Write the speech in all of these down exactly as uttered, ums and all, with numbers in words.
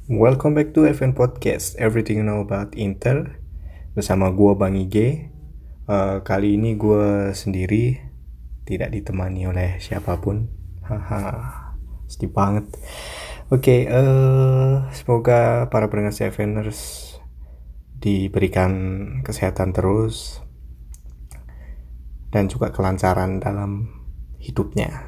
Welcome back to F N Podcast, Everything You Know About Inter. Bersama gue Bang Ige. uh, Kali ini gue sendiri, tidak ditemani oleh siapapun. Haha, sedih banget. Oke, okay, uh, semoga para pendengar Seveners diberikan kesehatan terus dan juga kelancaran dalam hidupnya.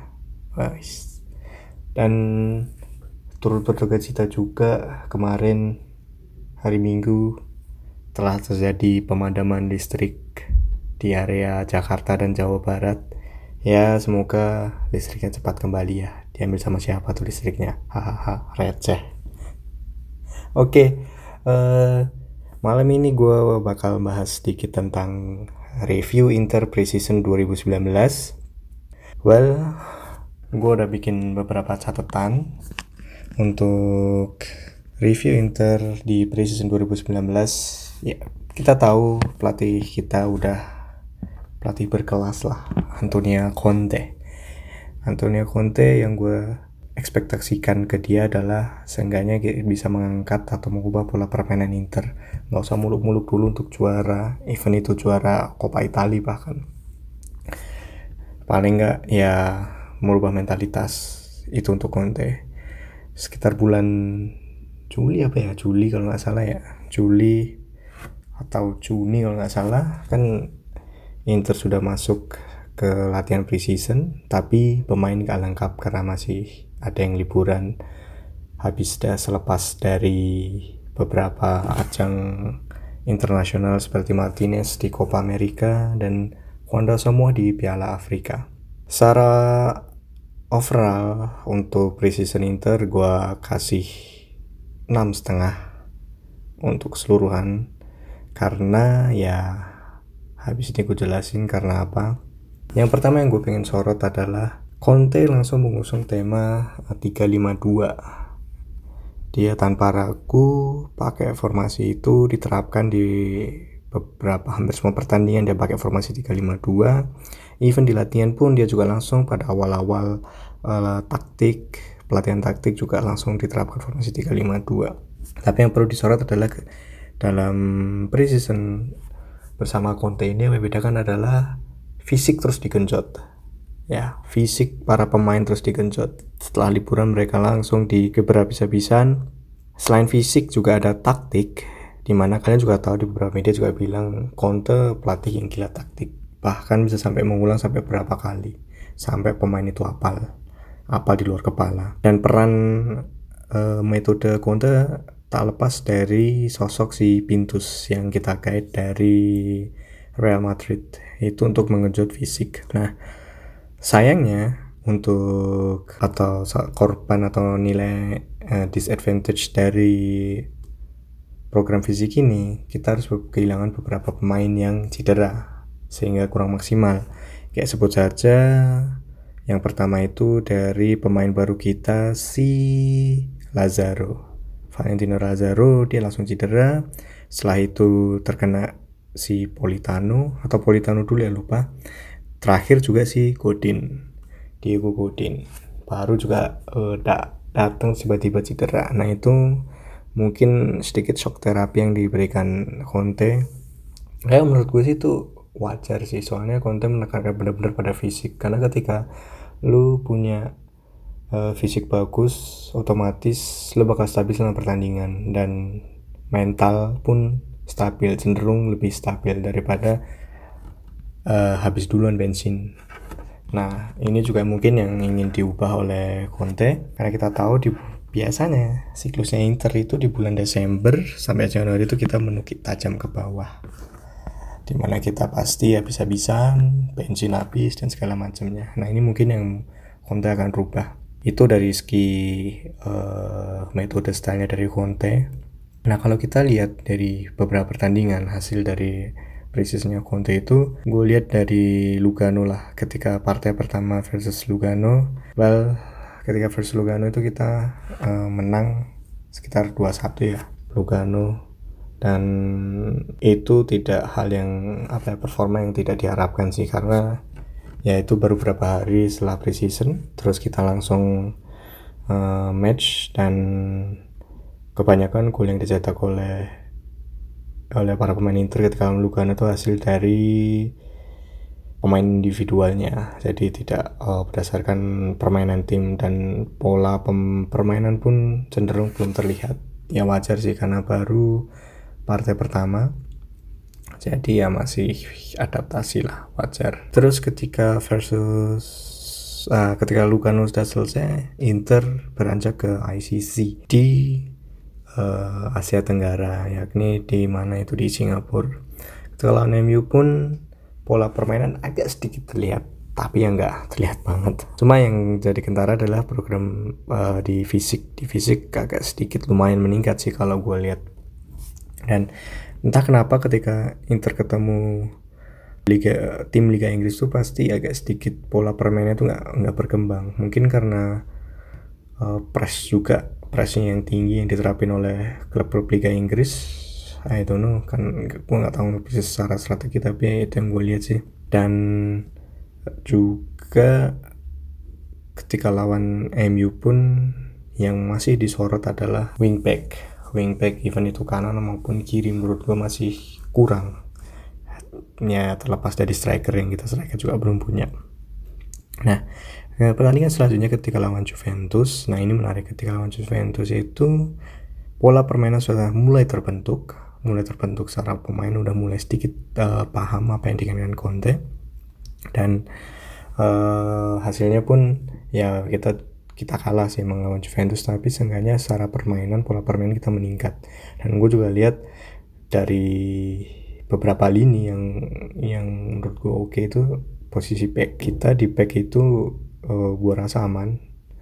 Dan turut berduka cita juga kemarin hari Minggu telah terjadi pemadaman listrik di area Jakarta dan Jawa Barat. Ya, semoga listriknya cepat kembali ya. Diambil sama siapa tuh listriknya? Hahaha, receh. Oke, okay, uh, malam ini gue bakal bahas sedikit tentang review Inter Preseason dua ribu sembilan belas. Well, gue udah bikin beberapa catatan untuk review Inter di Preseason dua ribu sembilan belas. Ya, kita tahu pelatih kita udah pelatih berkelas lah, Antonio Conte. Antonio Conte yang gue ekspektasikan ke dia adalah seenggaknya bisa mengangkat atau mengubah pola permainan Inter. Gak usah muluk-muluk dulu untuk juara, even itu juara Coppa Italia bahkan. Paling gak ya merubah mentalitas itu untuk Conte. Sekitar bulan Juli apa ya, Juli kalau gak salah ya, Juli atau Juni kalau gak salah, kan Inter sudah masuk ke latihan preseason, tapi pemain gak lengkap karena masih ada yang liburan habis dah selepas dari beberapa ajang internasional seperti Martinez di Copa America dan Wanda semua di Piala Afrika. Secara overall untuk preseason Inter gue kasih enam setengah untuk keseluruhan, karena ya habis ini gue jelasin karena apa. Yang pertama yang gue pengen sorot adalah Conte langsung mengusung tema tiga lima dua. Dia tanpa ragu pakai formasi itu, diterapkan di beberapa hampir semua pertandingan dia pakai formasi tiga lima dua. Even di latihan pun dia juga langsung pada awal-awal uh, taktik, pelatihan taktik juga langsung diterapkan formasi tiga lima dua. Tapi yang perlu disorot adalah ke, dalam preseason bersama Conte ini yang membedakan adalah fisik terus digenjot. Ya, fisik para pemain terus digenjot. Setelah liburan mereka langsung digeber habis-habisan. Selain fisik juga ada taktik, dimana kalian juga tahu di beberapa media juga bilang Conte pelatih yang gila taktik. Bahkan bisa sampai mengulang sampai berapa kali, sampai pemain itu hafal apa di luar kepala. Dan peran uh, metode Conte tak lepas dari sosok si Pintus yang kita kait dari Real Madrid, itu untuk mengejut fisik. Nah, sayangnya untuk atau korban atau nilai uh, disadvantage dari program fisik ini, kita harus kehilangan beberapa pemain yang cedera sehingga kurang maksimal. Kayak sebut saja yang pertama itu dari pemain baru kita, si Lazaro, Valentino Lazaro. Dia langsung cedera. Setelah itu terkena si Politano atau Politano dulu ya, lupa. Terakhir juga si Godin, Diego Godin baru juga uh, da- datang tiba-tiba cedera. Nah, itu mungkin sedikit shock terapi yang diberikan Conte. Kayak menurut gue sih itu wajar sih, soalnya Conte menekankan benar-benar pada fisik. Karena ketika lu punya uh, fisik bagus, otomatis lu bakal stabil selama pertandingan, dan mental pun stabil, cenderung lebih stabil daripada uh, habis duluan bensin. Nah, ini juga mungkin yang ingin diubah oleh Conte, karena kita tahu di biasanya siklusnya Inter itu di bulan Desember sampai Januari itu kita menukik tajam ke bawah, dimana kita pasti habis-habisan, bensin habis dan segala macamnya. Nah, ini mungkin yang Conte akan rubah. Itu dari segi uh, metode stylenya dari Conte. Nah, kalau kita lihat dari beberapa pertandingan hasil dari preseasonnya Conte itu, gue lihat dari Lugano lah. Ketika partai pertama versus Lugano, well, ketika versus Lugano itu kita uh, menang sekitar dua satu ya, Lugano. Dan itu tidak hal yang apa ya, performa yang tidak diharapkan sih, karena ya itu baru beberapa hari setelah preseason, terus kita langsung uh, match, dan kebanyakan gol yang dicetak oleh oleh para pemain Inter ketika lawan Lugano itu hasil dari pemain individualnya, jadi tidak uh, berdasarkan permainan tim, dan pola pem- permainan pun cenderung belum terlihat. Ya wajar sih karena baru partai pertama, jadi ya masih adaptasi lah, wajar. Terus ketika versus uh, ketika Lugano sudah selesai, Inter beranjak ke I C C di uh, Asia Tenggara, yakni di mana itu di Singapura. Ketika lawan M U pun pola permainan agak sedikit terlihat, tapi ya nggak terlihat banget. Cuma yang jadi kentara adalah program uh, di fisik. Di fisik agak sedikit lumayan meningkat sih kalau gue lihat. Dan entah kenapa ketika Inter ketemu Liga tim Liga Inggris tuh pasti agak sedikit pola permainnya tuh nggak nggak berkembang. Mungkin karena uh, press juga, pressnya yang tinggi yang diterapin oleh klub-klub Liga Inggris. I don't know, kan gue nggak tahu persis secara strategi, tapi itu yang gue lihat sih. Dan juga ketika lawan M U pun yang masih disorot adalah wingback. Wingback even itu kanan maupun kiri menurut gue masih kurang. Ya terlepas dari striker yang kita striker juga belum punya. Nah, pertandingan selanjutnya ketika lawan Juventus. Nah ini menarik, ketika lawan Juventus itu pola permainan sudah mulai terbentuk. mulai terbentuk secara pemain udah mulai sedikit uh, paham apa yang diinginkan Conte, dan uh, hasilnya pun ya kita kita kalah sih melawan Juventus, tapi seenggaknya secara permainan pola permainan kita meningkat. Dan gue juga lihat dari beberapa lini yang yang menurut gue oke okay, itu posisi back kita di back itu uh, gue rasa aman.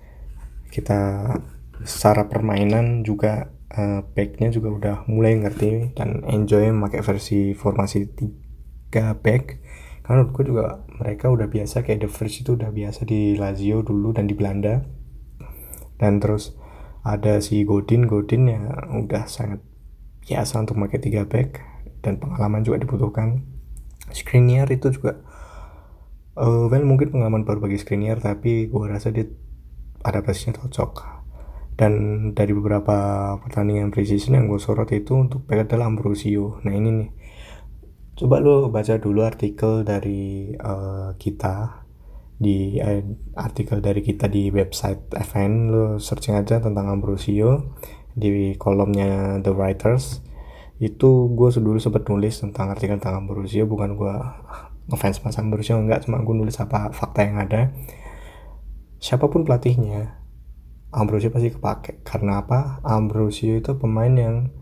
Kita secara permainan juga Uh, backnya juga udah mulai ngerti dan enjoy memakai versi formasi tiga back, karena menurut gue juga mereka udah biasa, kayak The Verge itu udah biasa di Lazio dulu dan di Belanda. Dan terus ada si Godin Godin ya udah sangat biasa untuk memakai tiga back dan pengalaman juga dibutuhkan. Skriniar itu juga uh, well mungkin pengalaman baru bagi Skriniar, tapi gue rasa dia adaptasinya cocok. Dan dari beberapa pertandingan preseason yang gue sorot itu untuk back adalah Ambrosio. Nah ini nih, coba lo baca dulu artikel dari uh, kita di uh, artikel dari kita di website F N. Lo searching aja tentang Ambrosio di kolomnya The Writers. Itu gue dulu sempat nulis tentang artikel tentang Ambrosio. Bukan gue ngefans mas Ambrosio, enggak, cuma gue nulis apa fakta yang ada. Siapapun pelatihnya, Ambrosio pasti kepake. Karena apa? Ambrosio itu pemain yang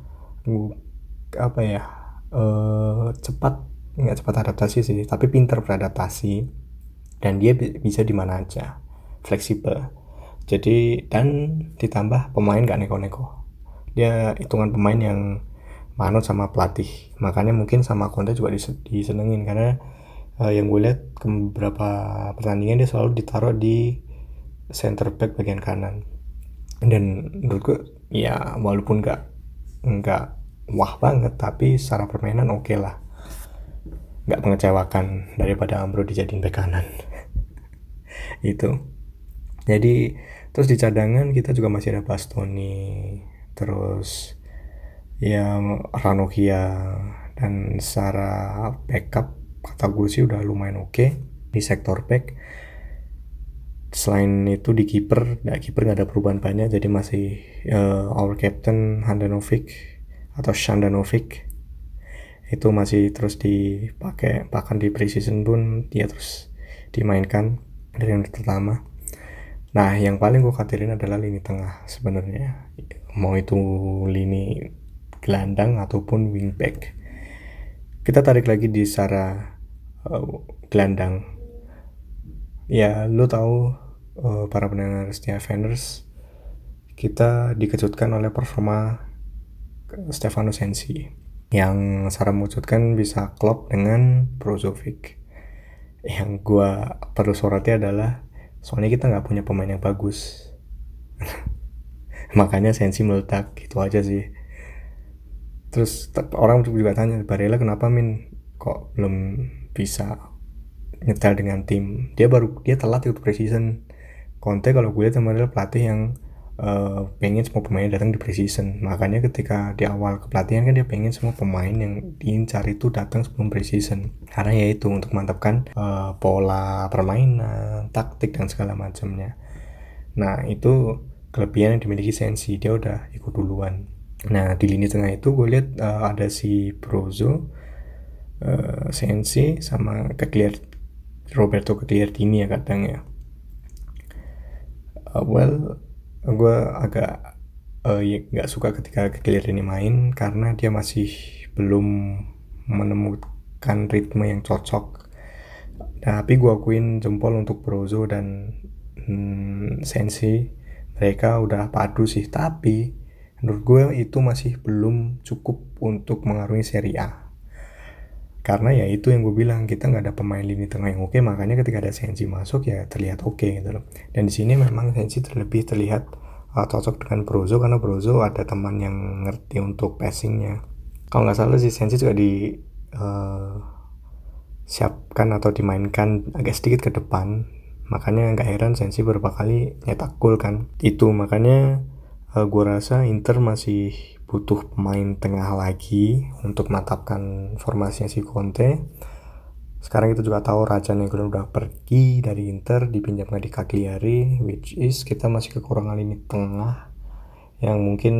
apa ya uh, cepat, nggak cepat adaptasi sih, tapi pintar beradaptasi, dan dia b- bisa di mana aja, fleksibel. Jadi dan ditambah pemain nggak neko-neko. Dia hitungan pemain yang manut sama pelatih. Makanya mungkin sama Conte juga dis- disenengin karena uh, yang gue lihat ke beberapa pertandingan dia selalu ditaruh di center back bagian kanan. Dan menurutku ya walaupun nggak nggak wah banget, tapi secara permainan oke okay lah, nggak mengecewakan daripada Ambro dijadiin bek kanan. Itu jadi terus di cadangan kita juga masih ada Bastoni, terus ya Ranocchia, dan secara backup kata gue sih udah lumayan oke okay di sektor back. Selain itu di kiper, nah kiper nggak ada perubahan banyak, jadi masih uh, our captain Handanovic atau Shandanovic itu masih terus dipakai, bahkan di preseason pun dia terus dimainkan dari yang pertama. Nah yang paling gue khawatirin adalah lini tengah sebenarnya, mau itu lini gelandang ataupun wingback. Kita tarik lagi di secara uh, gelandang. Ya lu tahu uh, para pendengar setia Fenders, kita dikejutkan oleh performa Stefano Sensi yang secara mengejutkan bisa klop dengan Brozovic. Yang gua perlu soroti adalah soalnya kita nggak punya pemain yang bagus. Makanya Sensi meledak, gitu aja sih. Terus orang juga tanya, Barella kenapa Min kok belum bisa nyetel dengan tim? Dia baru dia telat ikut preseason. Conte kalau gue lihat adalah pelatih yang uh, pengen semua pemain datang di preseason. Makanya ketika di awal kepelatihan kan dia pengen semua pemain yang diincar itu datang sebelum preseason. Karena ya itu untuk mantapkan uh, pola permainan, taktik dan segala macamnya. Nah itu kelebihan yang dimiliki Sensi, dia udah ikut duluan. Nah di lini tengah itu gue lihat uh, ada si Brozo, uh, Sensi sama Cagliar, Roberto Cagliardini ya kadang ya. Uh, well, gue agak uh, ya, gak suka ketika Cagliardini main karena dia masih belum menemukan ritme yang cocok. Nah, tapi gue akuin jempol untuk Brozo dan hmm, Sensi, mereka udah padu sih, tapi menurut gue itu masih belum cukup untuk mengarungi Serie A. Karena ya itu yang gue bilang, kita nggak ada pemain lini tengah yang oke, makanya ketika ada Sensi masuk ya terlihat oke gitu loh. Dan di sini memang Sensi terlebih terlihat uh, cocok dengan Brozo karena Brozo ada teman yang ngerti untuk passingnya. Kalau nggak salah sih Sensi juga di uh, siapkan atau dimainkan agak sedikit ke depan, makanya nggak heran Sensi beberapa kali nyetak gol kan. Itu makanya uh, gue rasa Inter masih butuh pemain tengah lagi untuk mantapkan formasinya si Conte. Sekarang kita juga tahu Raja Negron udah pergi dari Inter, dipinjamkan di Cagliari, which is kita masih kekurangan lini tengah yang mungkin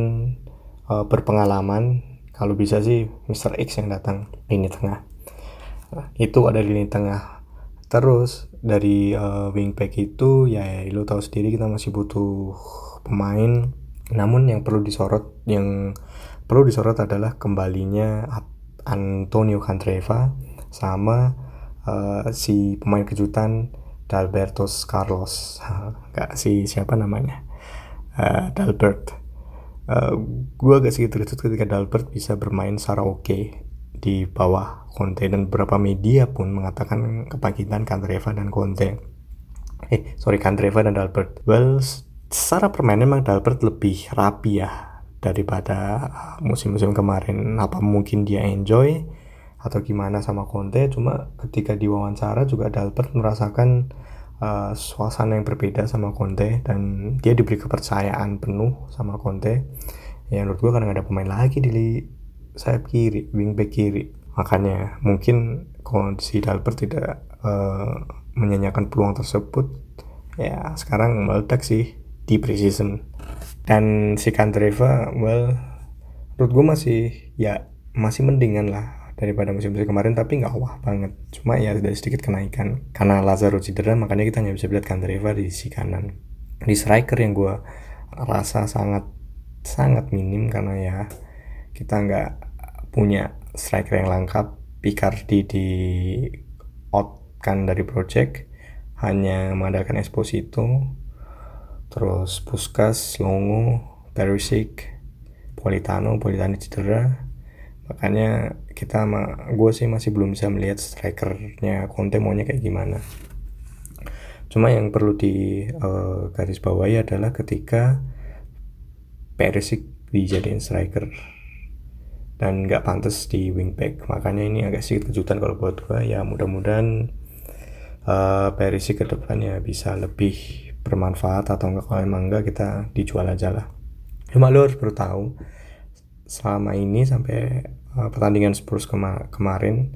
uh, berpengalaman. Kalau bisa sih mister X yang datang lini tengah. Nah, itu ada di lini tengah. Terus dari uh, wingback itu ya lo tahu sendiri kita masih butuh pemain. Namun yang perlu disorot yang perlu disorot adalah kembalinya Antonio Candreva sama uh, si pemain kejutan Dalberto Carlos. Enggak si siapa namanya? Uh, Dalbert. Uh, gue agak sedikit terkejut ketika Dalbert bisa bermain secara oke okay di bawah Conte, dan beberapa media pun mengatakan kebangkitan Candreva dan Conte. Eh, sorry Candreva dan Dalbert. Well, secara permainan memang Dalbert lebih rapi ya daripada musim-musim kemarin. Apa mungkin dia enjoy atau gimana sama Conte? Cuma ketika diwawancara juga Dalbert merasakan uh, suasana yang berbeda sama Conte, dan dia diberi kepercayaan penuh sama Conte. Ya menurut gue karena gak ada pemain lagi di sayap kiri, wingback kiri, makanya mungkin kondisi Dalbert tidak uh, menyanyikan peluang tersebut. Ya sekarang meledak sih di preseason. Dan si Candreva, well, menurut gue masih ya masih mendingan lah daripada musim-musim kemarin, tapi nggak wah banget. Cuma ya ada sedikit kenaikan karena Lazaro cedera, makanya kita nggak bisa lihat Candreva di sisi kanan. Di striker yang gue rasa sangat sangat minim karena ya kita nggak punya striker yang lengkap. Picardi di out kan dari project, hanya mengandalkan Esposito. Terus Puskas, Longo, Perisic, Politano, Politano cedera. Makanya kita, gue sih masih belum bisa melihat strikernya Conte maunya kayak gimana. Cuma yang perlu di uh, garis bawahi adalah ketika Perisic dijadiin striker dan nggak pantas di wingback. Makanya ini agak sedikit kejutan kalau buat gue. Ya mudah-mudahan uh, Perisic ke depannya bisa lebih bermanfaat, atau enggak kalau emang enggak kita dijual aja lah. Cuma lo harus perlu tahu selama ini sampai uh, pertandingan Spurs kema- kemarin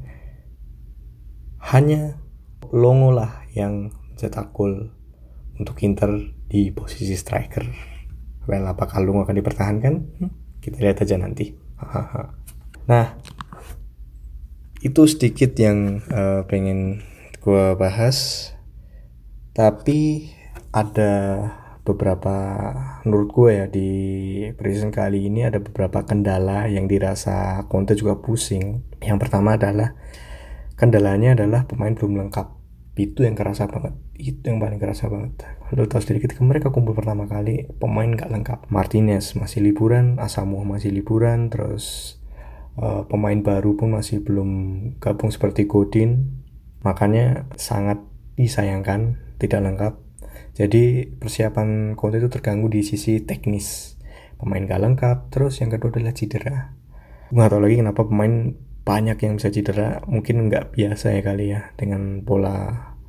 hanya Longo lah yang cetak gol untuk Inter di posisi striker. Well, apakah Longo akan dipertahankan? Hmm, kita lihat aja nanti. Nah, itu sedikit yang uh, pengen gue bahas. Tapi ada beberapa, menurut gue ya, di preseason kali ini ada beberapa kendala yang dirasa Conte juga pusing. Yang pertama adalah kendalanya adalah pemain belum lengkap. Itu yang kerasa banget. Itu yang paling kerasa banget. Lo tau sendiri ketika mereka kumpul pertama kali, pemain gak lengkap. Martinez masih liburan, Asamoah masih liburan, terus uh, pemain baru pun masih belum gabung seperti Godin. Makanya sangat disayangkan tidak lengkap. Jadi persiapan Conte itu terganggu di sisi teknis. Pemain gak lengkap, terus yang kedua adalah cedera. Gue gak tau lagi kenapa pemain banyak yang bisa cedera. Mungkin gak biasa ya kali ya dengan pola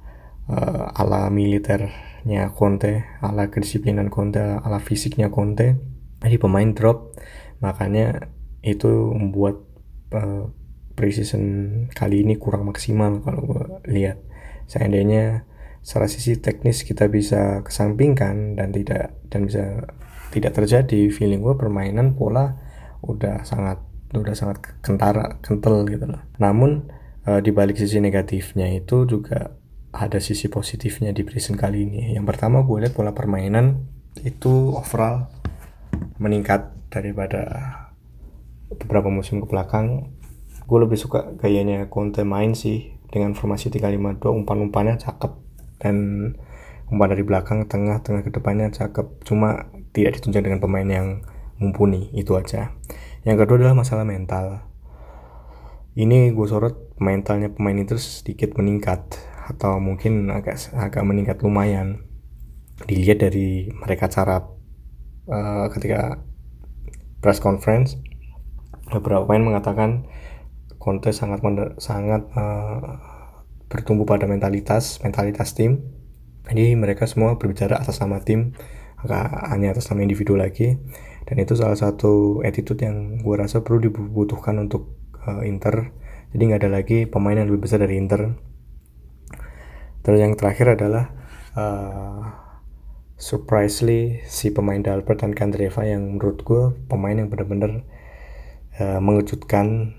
uh, ala militernya Conte, ala kedisiplinan Conte, ala fisiknya Conte. Jadi pemain drop, makanya itu membuat uh, preseason kali ini kurang maksimal kalau gue lihat. Seandainya secara sisi teknis kita bisa kesampingkan dan tidak dan bisa tidak terjadi, feeling gue permainan pola udah sangat udah sangat kentara kental gitu loh. Namun uh, di balik sisi negatifnya itu juga ada sisi positifnya di preseason kali ini. Yang pertama gue lihat pola permainan itu overall meningkat daripada beberapa musim ke belakang. Gue lebih suka gayanya Conte main sih dengan formasi tiga lima dua, umpan-umpannya cakep dan umpan dari belakang, tengah, tengah ke depannya cakep. Cuma tidak ditunjang dengan pemain yang mumpuni, itu aja. Yang kedua adalah masalah mental. Ini gue sorot mentalnya pemain itu sedikit meningkat atau mungkin agak agak meningkat lumayan. Dilihat dari mereka cara uh, ketika press conference, beberapa pemain mengatakan Conte sangat sangat uh, bertumbuh pada mentalitas mentalitas tim. Jadi mereka semua berbicara atas nama tim, hanya atas nama individu lagi. Dan itu salah satu attitude yang gue rasa perlu dibutuhkan untuk uh, Inter. Jadi nggak ada lagi pemain yang lebih besar dari Inter. Terus yang terakhir adalah uh, surprisingly si pemain Dalbert dan Candreva yang menurut gue pemain yang benar-benar uh, mengejutkan.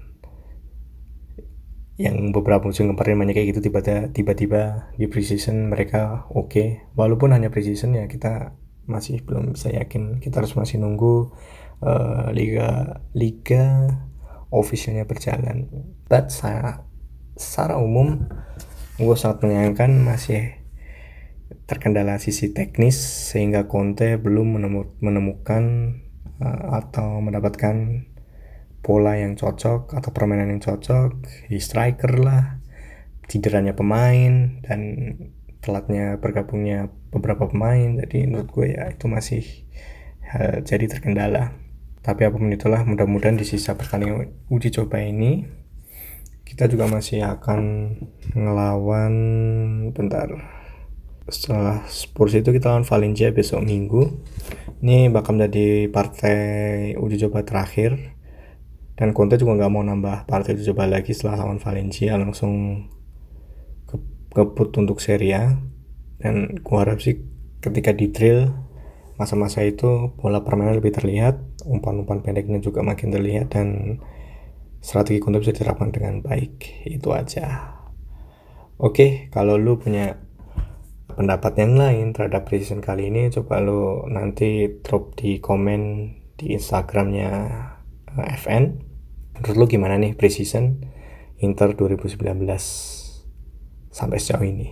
Yang beberapa musim kemarin banyak kayak gitu, tiba-tiba tiba-tiba di preseason mereka oke. Okay. Walaupun hanya preseason ya kita masih belum bisa yakin. Kita harus masih nunggu uh, liga liga officialnya berjalan. But saya, secara umum gue sangat menyayangkan masih terkendala sisi teknis sehingga Conte belum menemukan uh, atau mendapatkan pola yang cocok atau permainan yang cocok di striker lah, cederanya pemain dan telatnya bergabungnya beberapa pemain. Jadi menurut gue ya itu masih uh, jadi terkendala. Tapi apapun itulah, mudah-mudahan di sisa pertandingan uji coba ini kita juga masih akan ngelawan bentar setelah Spurs itu kita lawan Valencia besok Minggu. Ini bakal menjadi partai uji coba terakhir. Dan Conte juga nggak mau nambah partai uji coba lagi setelah lawan Valencia, langsung ke kebut untuk Serie A. Dan gue harap sih ketika di drill masa-masa itu bola permainan lebih terlihat, umpan-umpan pendeknya juga makin terlihat dan strategi Conte bisa diterapkan dengan baik. Itu aja. Oke, kalau lu punya pendapat yang lain terhadap preseason kali ini, coba lu nanti drop di komen di Instagramnya F N. Menurut lu gimana nih preseason Inter dua ribu sembilan belas sampai sejauh ini?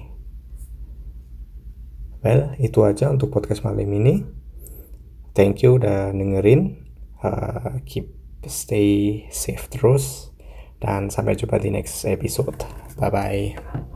Well, itu aja untuk podcast malam ini. Thank you udah dengerin. Uh, keep stay safe terus dan sampai jumpa di next episode. Bye bye.